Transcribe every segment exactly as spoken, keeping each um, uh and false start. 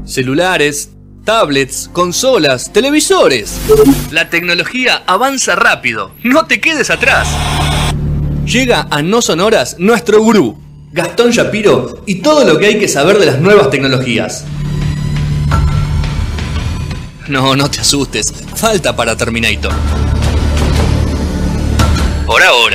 Celulares, tablets, consolas, televisores. La tecnología avanza rápido. No te quedes atrás. Llega a No Sonoras nuestro gurú, Gastón Shapiro, y todo lo que hay que saber de las nuevas tecnologías. No, no te asustes. Falta para Terminator. Por ahora.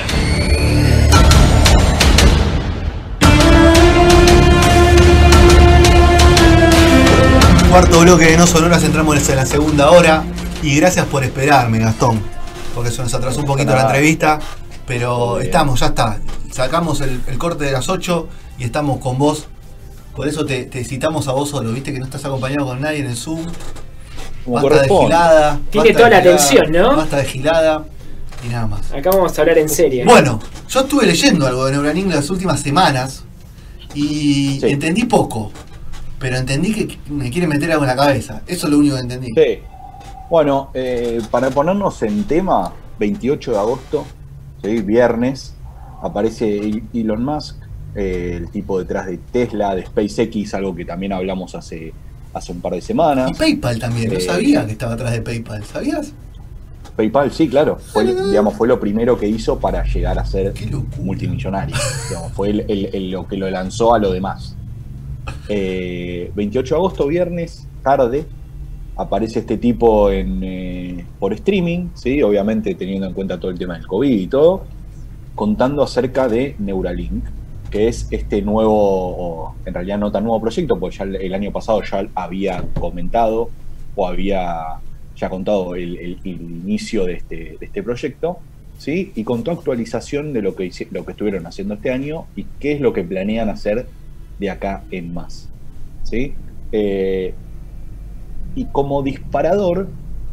Cuarto bloque de No Sonoras, entramos en la segunda hora. Y gracias por esperarme, Gastón, porque se nos atrasó un poquito la entrevista. Pero estamos, ya está. Sacamos el, el corte de las ocho y estamos con vos. Por eso te, te citamos a vos solo. Viste que no estás acompañado con nadie en el Zoom. Basta de gilada. Tiene toda la atención, ¿no? Basta de gilada y nada más. Acá vamos a hablar en serio. Bueno, yo estuve leyendo algo de Neuralink las últimas semanas y sí. entendí poco. Pero entendí que me quiere meter algo en la cabeza. Eso es lo único que entendí. Sí. Bueno, eh, para ponernos en tema, veintiocho de agosto, ¿sí? Viernes, aparece Elon Musk, eh, el tipo detrás de Tesla, de SpaceX, algo que también hablamos hace, hace un par de semanas. Y PayPal también, no eh, sabía que estaba atrás de PayPal, ¿sabías? PayPal, sí, claro. Fue, digamos, fue lo primero que hizo para llegar a ser multimillonario. Digamos, fue el, el, el, lo que lo lanzó a lo demás. Eh, veintiocho de agosto, viernes, tarde, aparece este tipo en, eh, por streaming, ¿sí? Obviamente teniendo en cuenta todo el tema del COVID y todo, contando acerca de Neuralink, que es este nuevo, o en realidad no tan nuevo proyecto, porque ya el, el año pasado ya había comentado o había ya contado el, el, el inicio de este, de este proyecto, ¿sí? Y contó actualización de lo que, lo que estuvieron haciendo este año y qué es lo que planean hacer de acá en más, ¿sí? Eh, y como disparador,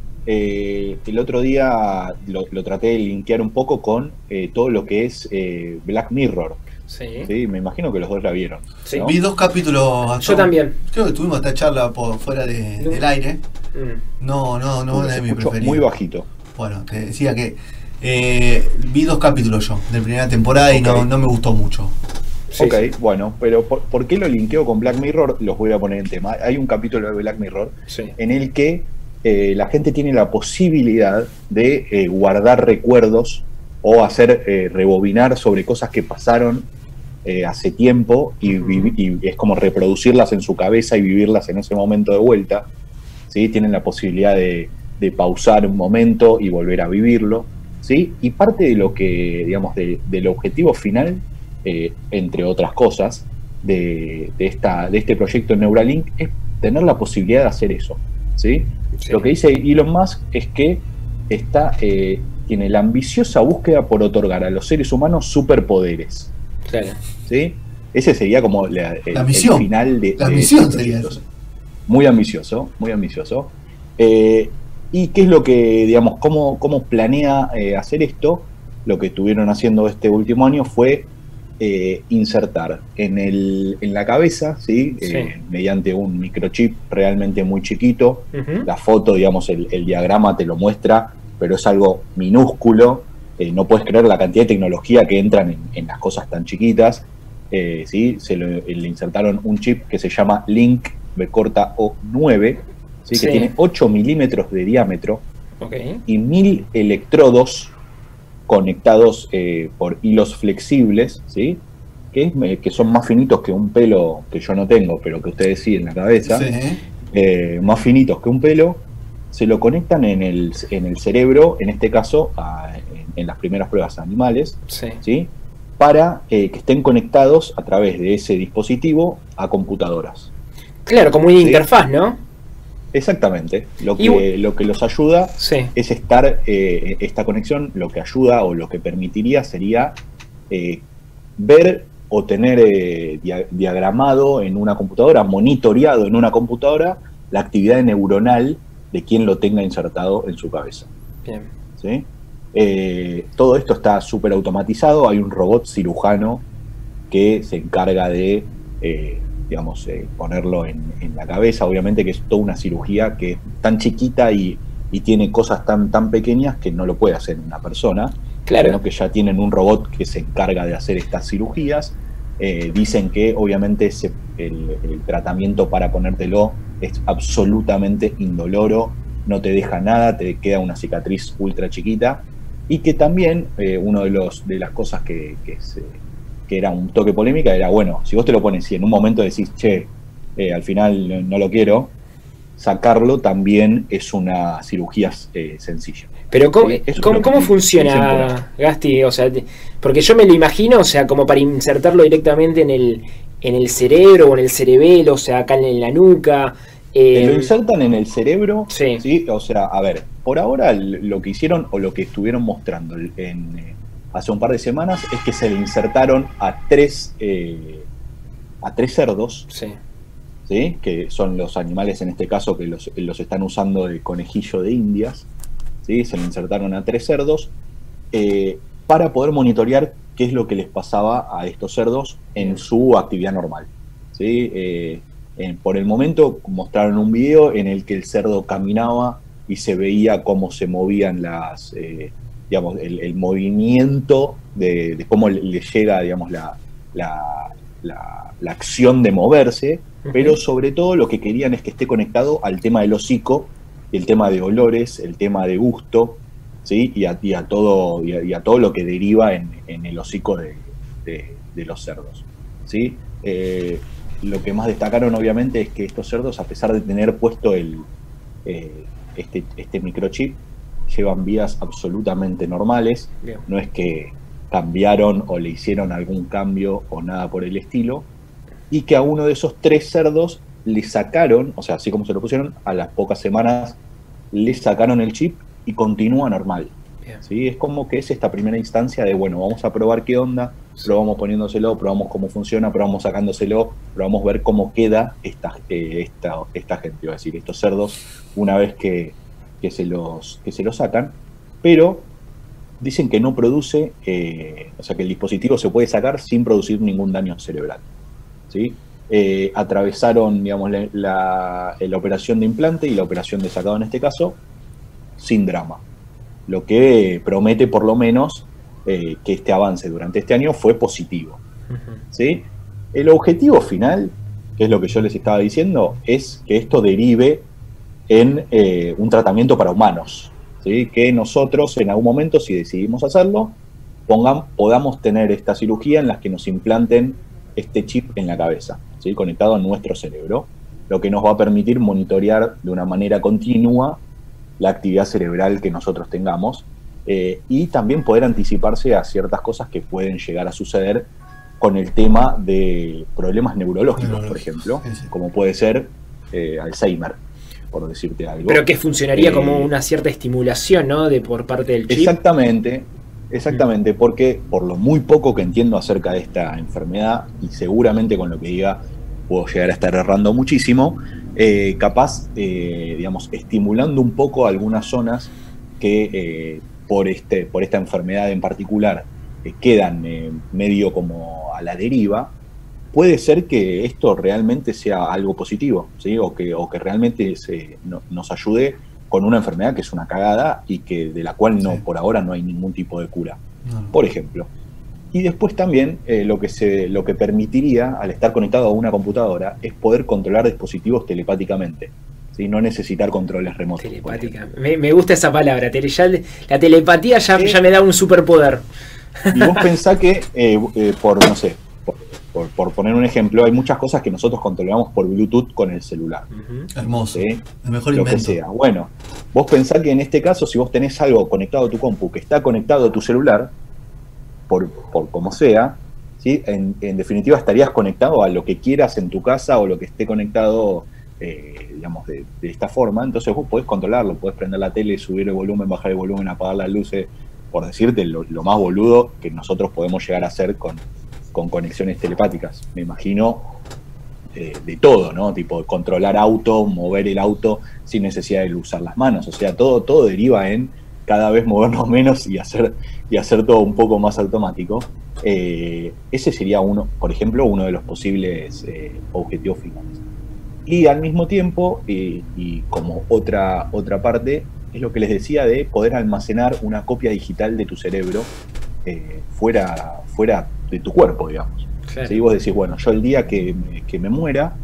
eh, el otro día lo, lo traté de linkear un poco con eh, todo lo que es eh, Black Mirror. Sí. ¿Sí? Me imagino que los dos la vieron. Sí. ¿No? Vi dos capítulos. Yo también. Creo que tuvimos esta charla por fuera de, no. del aire. Mm. No, no, no es mi preferido. Muy bajito. Bueno, te decía que eh, vi dos capítulos yo de primera temporada okay. y no, no me gustó mucho. Sí, ok, sí. Bueno, pero por, ¿por qué lo linkeo con Black Mirror? Los voy a poner en tema. Hay un capítulo de Black Mirror sí. en el que eh, la gente tiene la posibilidad de eh, guardar recuerdos o hacer eh, rebobinar sobre cosas que pasaron eh, hace tiempo y, uh-huh. y es como reproducirlas en su cabeza y vivirlas en ese momento de vuelta, ¿sí? Tienen la posibilidad de, de pausar un momento y volver a vivirlo, ¿sí? Y parte de lo que, digamos, de, del objetivo final, Eh, entre otras cosas, de, de, esta, de este proyecto Neuralink, es tener la posibilidad de hacer eso, ¿sí? Sí. Lo que dice Elon Musk es que está, eh, tiene la ambiciosa búsqueda por otorgar a los seres humanos superpoderes. Claro. ¿Sí? Ese sería como la, el, la misión. el final de... La de misión sería eso. Muy ambicioso, muy ambicioso. Eh, ¿Y qué es lo que, digamos, cómo, cómo planea eh, hacer esto? Lo que estuvieron haciendo este último año fue Eh, insertar en, el, en la cabeza, ¿sí? Sí. Eh, mediante un microchip realmente muy chiquito. Uh-huh. La foto, digamos, el, el diagrama te lo muestra, pero es algo minúsculo. Eh, no puedes creer la cantidad de tecnología que entran en, en las cosas tan chiquitas. Eh, ¿sí? Se lo, le insertaron un chip que se llama Link B corta O nueve, ¿sí? Sí. Que tiene ocho milímetros de diámetro okay. y mil electrodos conectados eh, por hilos flexibles, ¿sí? Que, eh, que son más finitos que un pelo que yo no tengo, pero que ustedes sí en la cabeza, sí. eh, más finitos que un pelo, se lo conectan en el, en el cerebro, en este caso, a, en, en las primeras pruebas animales, sí. ¿sí? Para eh, que estén conectados a través de ese dispositivo a computadoras. Claro, como una ¿sí? interfaz, ¿no? Exactamente. Lo que, y... lo que los ayuda sí. es estar, eh, esta conexión, lo que ayuda o lo que permitiría sería eh, ver o tener eh, dia diagramado en una computadora, monitoreado en una computadora, la actividad neuronal de quien lo tenga insertado en su cabeza. Bien. ¿Sí? Eh, todo esto está súper automatizado, hay un robot cirujano que se encarga de... Eh, digamos, eh, ponerlo en, en la cabeza, obviamente que es toda una cirugía que es tan chiquita y, y tiene cosas tan, tan pequeñas que no lo puede hacer una persona, claro. Sino que ya tienen un robot que se encarga de hacer estas cirugías. Eh, dicen que obviamente ese, el, el tratamiento para ponértelo es absolutamente indoloro, no te deja nada, te queda una cicatriz ultra chiquita, y que también eh, uno de los de las cosas que, que, se, que era un toque polémica era, bueno, si vos te lo pones y en un momento decís, che, eh, al final no, no lo quiero, sacarlo también es una cirugía eh, sencilla. Pero ¿cómo, sí, ¿cómo, cómo funciona, Gasti? O sea, porque yo me lo imagino, o sea, como para insertarlo directamente en el, en el cerebro o en el cerebelo, o sea, acá en la nuca. Eh, Te lo insertan en el cerebro, sí. ¿sí? O sea, a ver, por ahora lo que hicieron o lo que estuvieron mostrando en, eh, hace un par de semanas es que se le insertaron a tres, eh, a tres cerdos, sí. ¿sí? Que son los animales en este caso que los, los están usando de conejillo de Indias, ¿sí? Se le insertaron a tres cerdos eh, para poder monitorear qué es lo que les pasaba a estos cerdos en su actividad normal, ¿sí? Eh, eh, por el momento mostraron un video en el que el cerdo caminaba y se veía cómo se movían las, eh, digamos, el, el movimiento de, de cómo le, le llega, digamos, la, la, la, la acción de moverse, uh-huh. Pero sobre todo lo que querían es que esté conectado al tema del hocico, el tema de olores, el tema de gusto, ¿sí? y, a, y, a todo, y, a, y a todo lo que deriva en, en el hocico de, de, de los cerdos, ¿sí? Eh, lo que más destacaron obviamente es que estos cerdos, a pesar de tener puesto el, eh, este, este microchip, llevan vidas absolutamente normales. Bien. No es que cambiaron o le hicieron algún cambio o nada por el estilo, y que a uno de esos tres cerdos le sacaron, o sea, así como se lo pusieron, a las pocas semanas le sacaron el chip y continúa normal. ¿Sí? Es como que es esta primera instancia de, bueno, vamos a probar qué onda, sí. probamos poniéndoselo, probamos cómo funciona, probamos sacándoselo, probamos ver cómo queda esta, eh, esta, esta gente, es decir, estos cerdos, una vez que, que, se, los, que se los sacan, pero dicen que no produce, eh, o sea, que el dispositivo se puede sacar sin producir ningún daño cerebral, ¿sí? Eh, atravesaron, digamos, la, la, la operación de implante y la operación de sacado en este caso, sin drama. Lo que promete por lo menos eh, que este avance durante este año fue positivo. Uh-huh. ¿Sí? El objetivo final, que es lo que yo les estaba diciendo, es que esto derive en eh, un tratamiento para humanos, ¿sí? Que nosotros en algún momento, si decidimos hacerlo, pongan, podamos tener esta cirugía en la que nos implanten este chip en la cabeza, ¿sí? Conectado a nuestro cerebro, lo que nos va a permitir monitorear de una manera continua la actividad cerebral que nosotros tengamos, eh, y también poder anticiparse a ciertas cosas que pueden llegar a suceder con el tema de problemas neurológicos, por ejemplo, sí, sí. como puede ser eh, Alzheimer, por decirte algo. Pero que funcionaría eh, como una cierta estimulación, ¿no? De por parte del chip. Exactamente, exactamente, mm. porque por lo muy poco que entiendo acerca de esta enfermedad, y seguramente con lo que diga puedo llegar a estar errando muchísimo, Eh, capaz, eh, digamos, estimulando un poco algunas zonas que eh, por, este, por esta enfermedad en particular eh, quedan eh, medio como a la deriva, puede ser que esto realmente sea algo positivo, ¿sí? o, que, o que realmente se, no, nos ayude con una enfermedad que es una cagada y que de la cual no, sí. por ahora no hay ningún tipo de cura, no. por ejemplo. Y después también eh, lo, que se, lo que permitiría, al estar conectado a una computadora, es poder controlar dispositivos telepáticamente, ¿sí? No necesitar controles remotos. Telepática. Me, me gusta esa palabra. Tele, ya, la telepatía ya, eh, ya me da un superpoder. Y vos pensá que, eh, eh, por no sé, por, por, por poner un ejemplo, hay muchas cosas que nosotros controlamos por Bluetooth con el celular. Uh-huh. Hermoso. ¿Sí? El mejor lo invento. Que sea. Bueno, vos pensá que en este caso, si vos tenés algo conectado a tu compu que está conectado a tu celular, Por, por como sea, ¿sí? en, en definitiva estarías conectado a lo que quieras en tu casa o lo que esté conectado, eh, digamos, de, de esta forma. Entonces vos podés controlarlo, podés prender la tele, subir el volumen, bajar el volumen, apagar las luces, por decirte lo, lo más boludo que nosotros podemos llegar a hacer con, con conexiones telepáticas. Me imagino eh, de todo, ¿no? Tipo controlar auto, mover el auto sin necesidad de usar las manos. O sea, todo, todo deriva en cada vez movernos menos y hacer, y hacer todo un poco más automático. Eh, ese sería uno, por ejemplo, uno de los posibles eh, objetivos finales. Y al mismo tiempo, eh, y como otra, otra parte, es lo que les decía de poder almacenar una copia digital de tu cerebro eh, fuera, fuera de tu cuerpo, digamos. Claro. ¿Sí? Vos decís, bueno, yo el día que me, que me muera,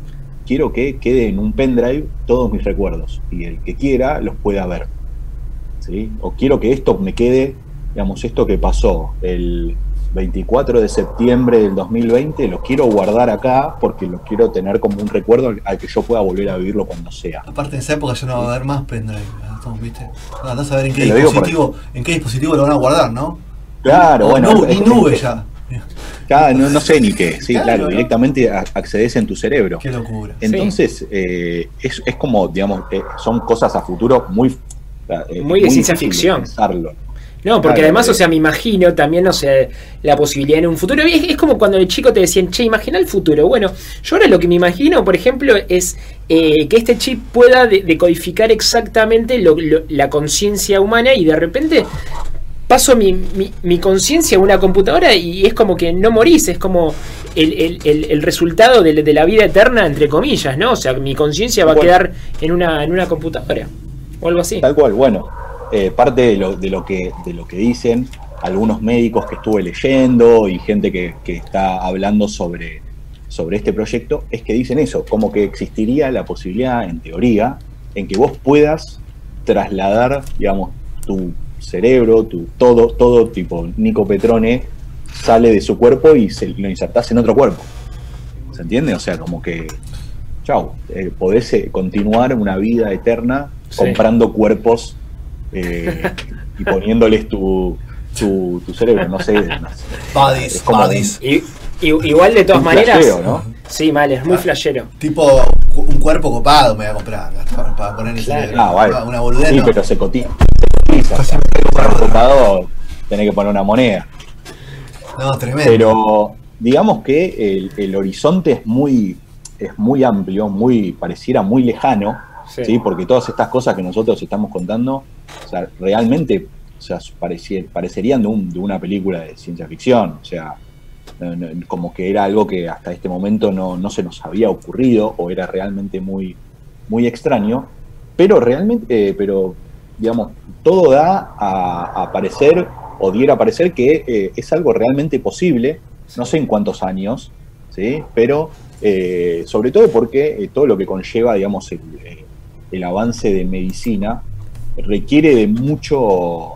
quiero que quede en un pendrive todos mis recuerdos y el que quiera los pueda ver, ¿sí? O quiero que esto me quede, digamos, esto que pasó el veinticuatro de septiembre del dos mil veinte, lo quiero guardar acá porque lo quiero tener como un recuerdo al que yo pueda volver a vivirlo cuando sea. Aparte en esa época ya no va a haber más pendrive, ¿viste? No, andás a ver en qué dispositivo, en qué dispositivo lo van a guardar, ¿no? Claro, o bueno. No, ni nube ya. Ya, no, no sé ni qué, sí, claro, claro, ¿no? Directamente accedes en tu cerebro. Qué locura. Entonces, sí. eh, es, es como, digamos, eh, son cosas a futuro muy... Eh, muy de muy ciencia ficción. Pensarlo. No, porque claro, además, eh, o sea, me imagino también, o sea, la posibilidad en un futuro. Es, es como cuando el chico te decían, che, imagina el futuro. Bueno, yo ahora lo que me imagino, por ejemplo, es eh, que este chip pueda de, decodificar exactamente lo, lo, la conciencia humana y de repente paso mi, mi, mi conciencia a una computadora y es como que no morís, es como el, el, el, el resultado de, de la vida eterna, entre comillas, ¿no? O sea, mi conciencia va a quedar en una, en una computadora o algo así. Tal cual, bueno, eh, parte de lo, de, lo que, de lo que dicen algunos médicos que estuve leyendo y gente que, que está hablando sobre, sobre este proyecto, es que dicen eso, como que existiría la posibilidad, en teoría, en que vos puedas trasladar, digamos, tu cerebro, tu, todo, todo tipo Nico Petrone sale de su cuerpo y se lo insertás en otro cuerpo. ¿Se entiende? O sea, como que chau, eh, podés eh, continuar una vida eterna sí. comprando cuerpos eh, y poniéndoles tu, tu, tu cerebro, no sé. No sé. Bodies, bodies. Y, y, igual de todas maneras. Flashero, ¿no? Sí, mal, es muy ah, flashero. Tipo un cuerpo copado me voy a comprar para poner el claro. cerebro. Ah, vale. Una boludez. Sí, no. pero se cotiza. Se cotiza. Tenés que poner una moneda. No, tremendo. Pero digamos que el, el horizonte es muy, es muy amplio, muy, pareciera muy lejano, sí. ¿sí? Porque todas estas cosas que nosotros estamos contando, o sea, realmente o sea, parecier, parecerían de, un, de una película de ciencia ficción, o sea, no, no, como que era algo que hasta este momento no, no se nos había ocurrido o era realmente muy, muy extraño, pero realmente, eh, pero digamos, todo da a, a parecer o diera a parecer que eh, es algo realmente posible, no sé en cuántos años, ¿sí? Pero eh, sobre todo porque eh, todo lo que conlleva, digamos, el, el avance de medicina requiere de mucho,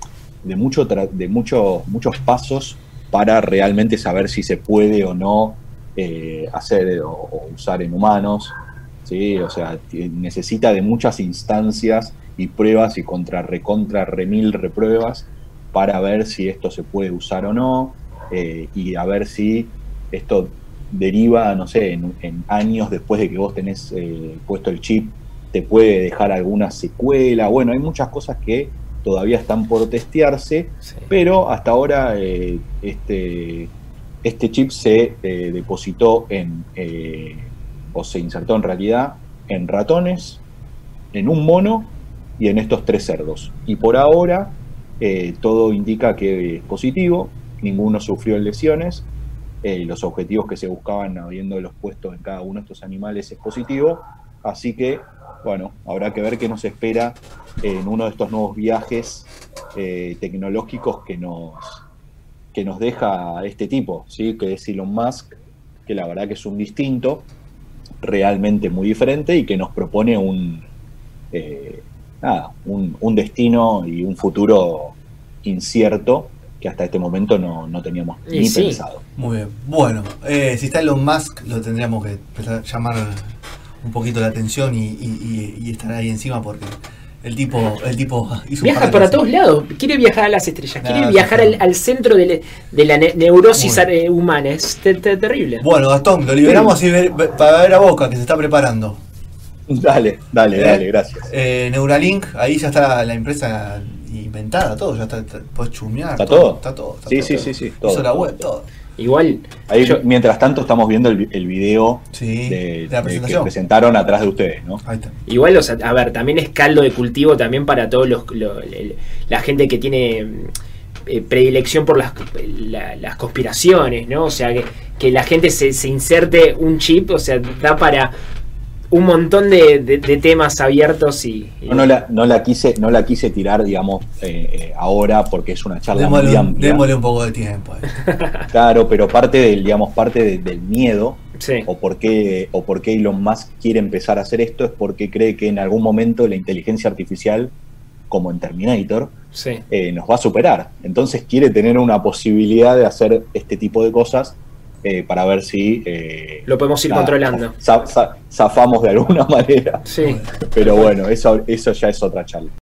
de mucho, de mucho, muchos pasos para realmente saber si se puede o no eh, hacer o, o usar en humanos, ¿sí? O sea, necesita de muchas instancias y pruebas y contra recontra remil repruebas para ver si esto se puede usar o no, eh, y a ver si esto deriva, no sé, en, en años después de que vos tenés eh, puesto el chip, te puede dejar alguna secuela. Bueno, hay muchas cosas que todavía están por testearse, sí. Pero hasta ahora eh, este, este chip se eh, depositó en, eh, o se insertó en realidad en ratones, en un mono y en estos tres cerdos. Y por ahora eh, todo indica que es positivo, ninguno sufrió lesiones, eh, los objetivos que se buscaban habiéndolos puestos en cada uno de estos animales es positivo, así que bueno, habrá que ver qué nos espera en uno de estos nuevos viajes eh, tecnológicos que nos, que nos deja este tipo, ¿sí? Que es Elon Musk, que la verdad que es un distinto, realmente muy diferente y que nos propone un, eh, nada, un, un destino y un futuro incierto que hasta este momento no, no teníamos y ni sí. pensado. Muy bien, bueno, eh, si está Elon Musk lo tendríamos que empezar a llamar un poquito la atención y, y, y estar ahí encima porque el tipo, el tipo hizo viaja para todos lados, quiere viajar a las estrellas, nah, quiere viajar al, al centro de, le, de la ne neurosis humana, es te, te, terrible. Bueno, Gastón, lo liberamos y ver, para ver a Boca que se está preparando. Dale, dale, eh, dale, gracias. Eh, Neuralink, ahí ya está la, la empresa inventada, todo, ya está, está podés chusmear. ¿Está todo? todo? Está todo. Está sí, todo, sí, todo. sí, sí, todo. Hizo la web, todo. Igual. Ahí, yo, mientras tanto, estamos viendo el, el video sí, de, de la presentación de que presentaron atrás de ustedes, ¿no? Ahí está. Igual, o sea, a ver, también es caldo de cultivo también para todos los, lo, el, la gente que tiene eh, predilección por las, la, las conspiraciones, ¿no? O sea, que, que la gente se, se inserte un chip, o sea, da para un montón de, de, de temas abiertos y, y no, no la no la quise no la quise tirar, digamos, eh, eh, ahora porque es una charla démosle, muy amplia. Démosle un poco de tiempo. Claro, pero parte del digamos parte de, del miedo Sí. o por qué, o por qué Elon Musk quiere empezar a hacer esto, es porque cree que en algún momento la inteligencia artificial, como en Terminator, Sí. eh, nos va a superar. Entonces quiere tener una posibilidad de hacer este tipo de cosas eh, para ver si eh, Lo podemos ir nada, controlando. za- za- zafamos de alguna manera. Sí. Pero bueno, eso, eso ya es otra charla.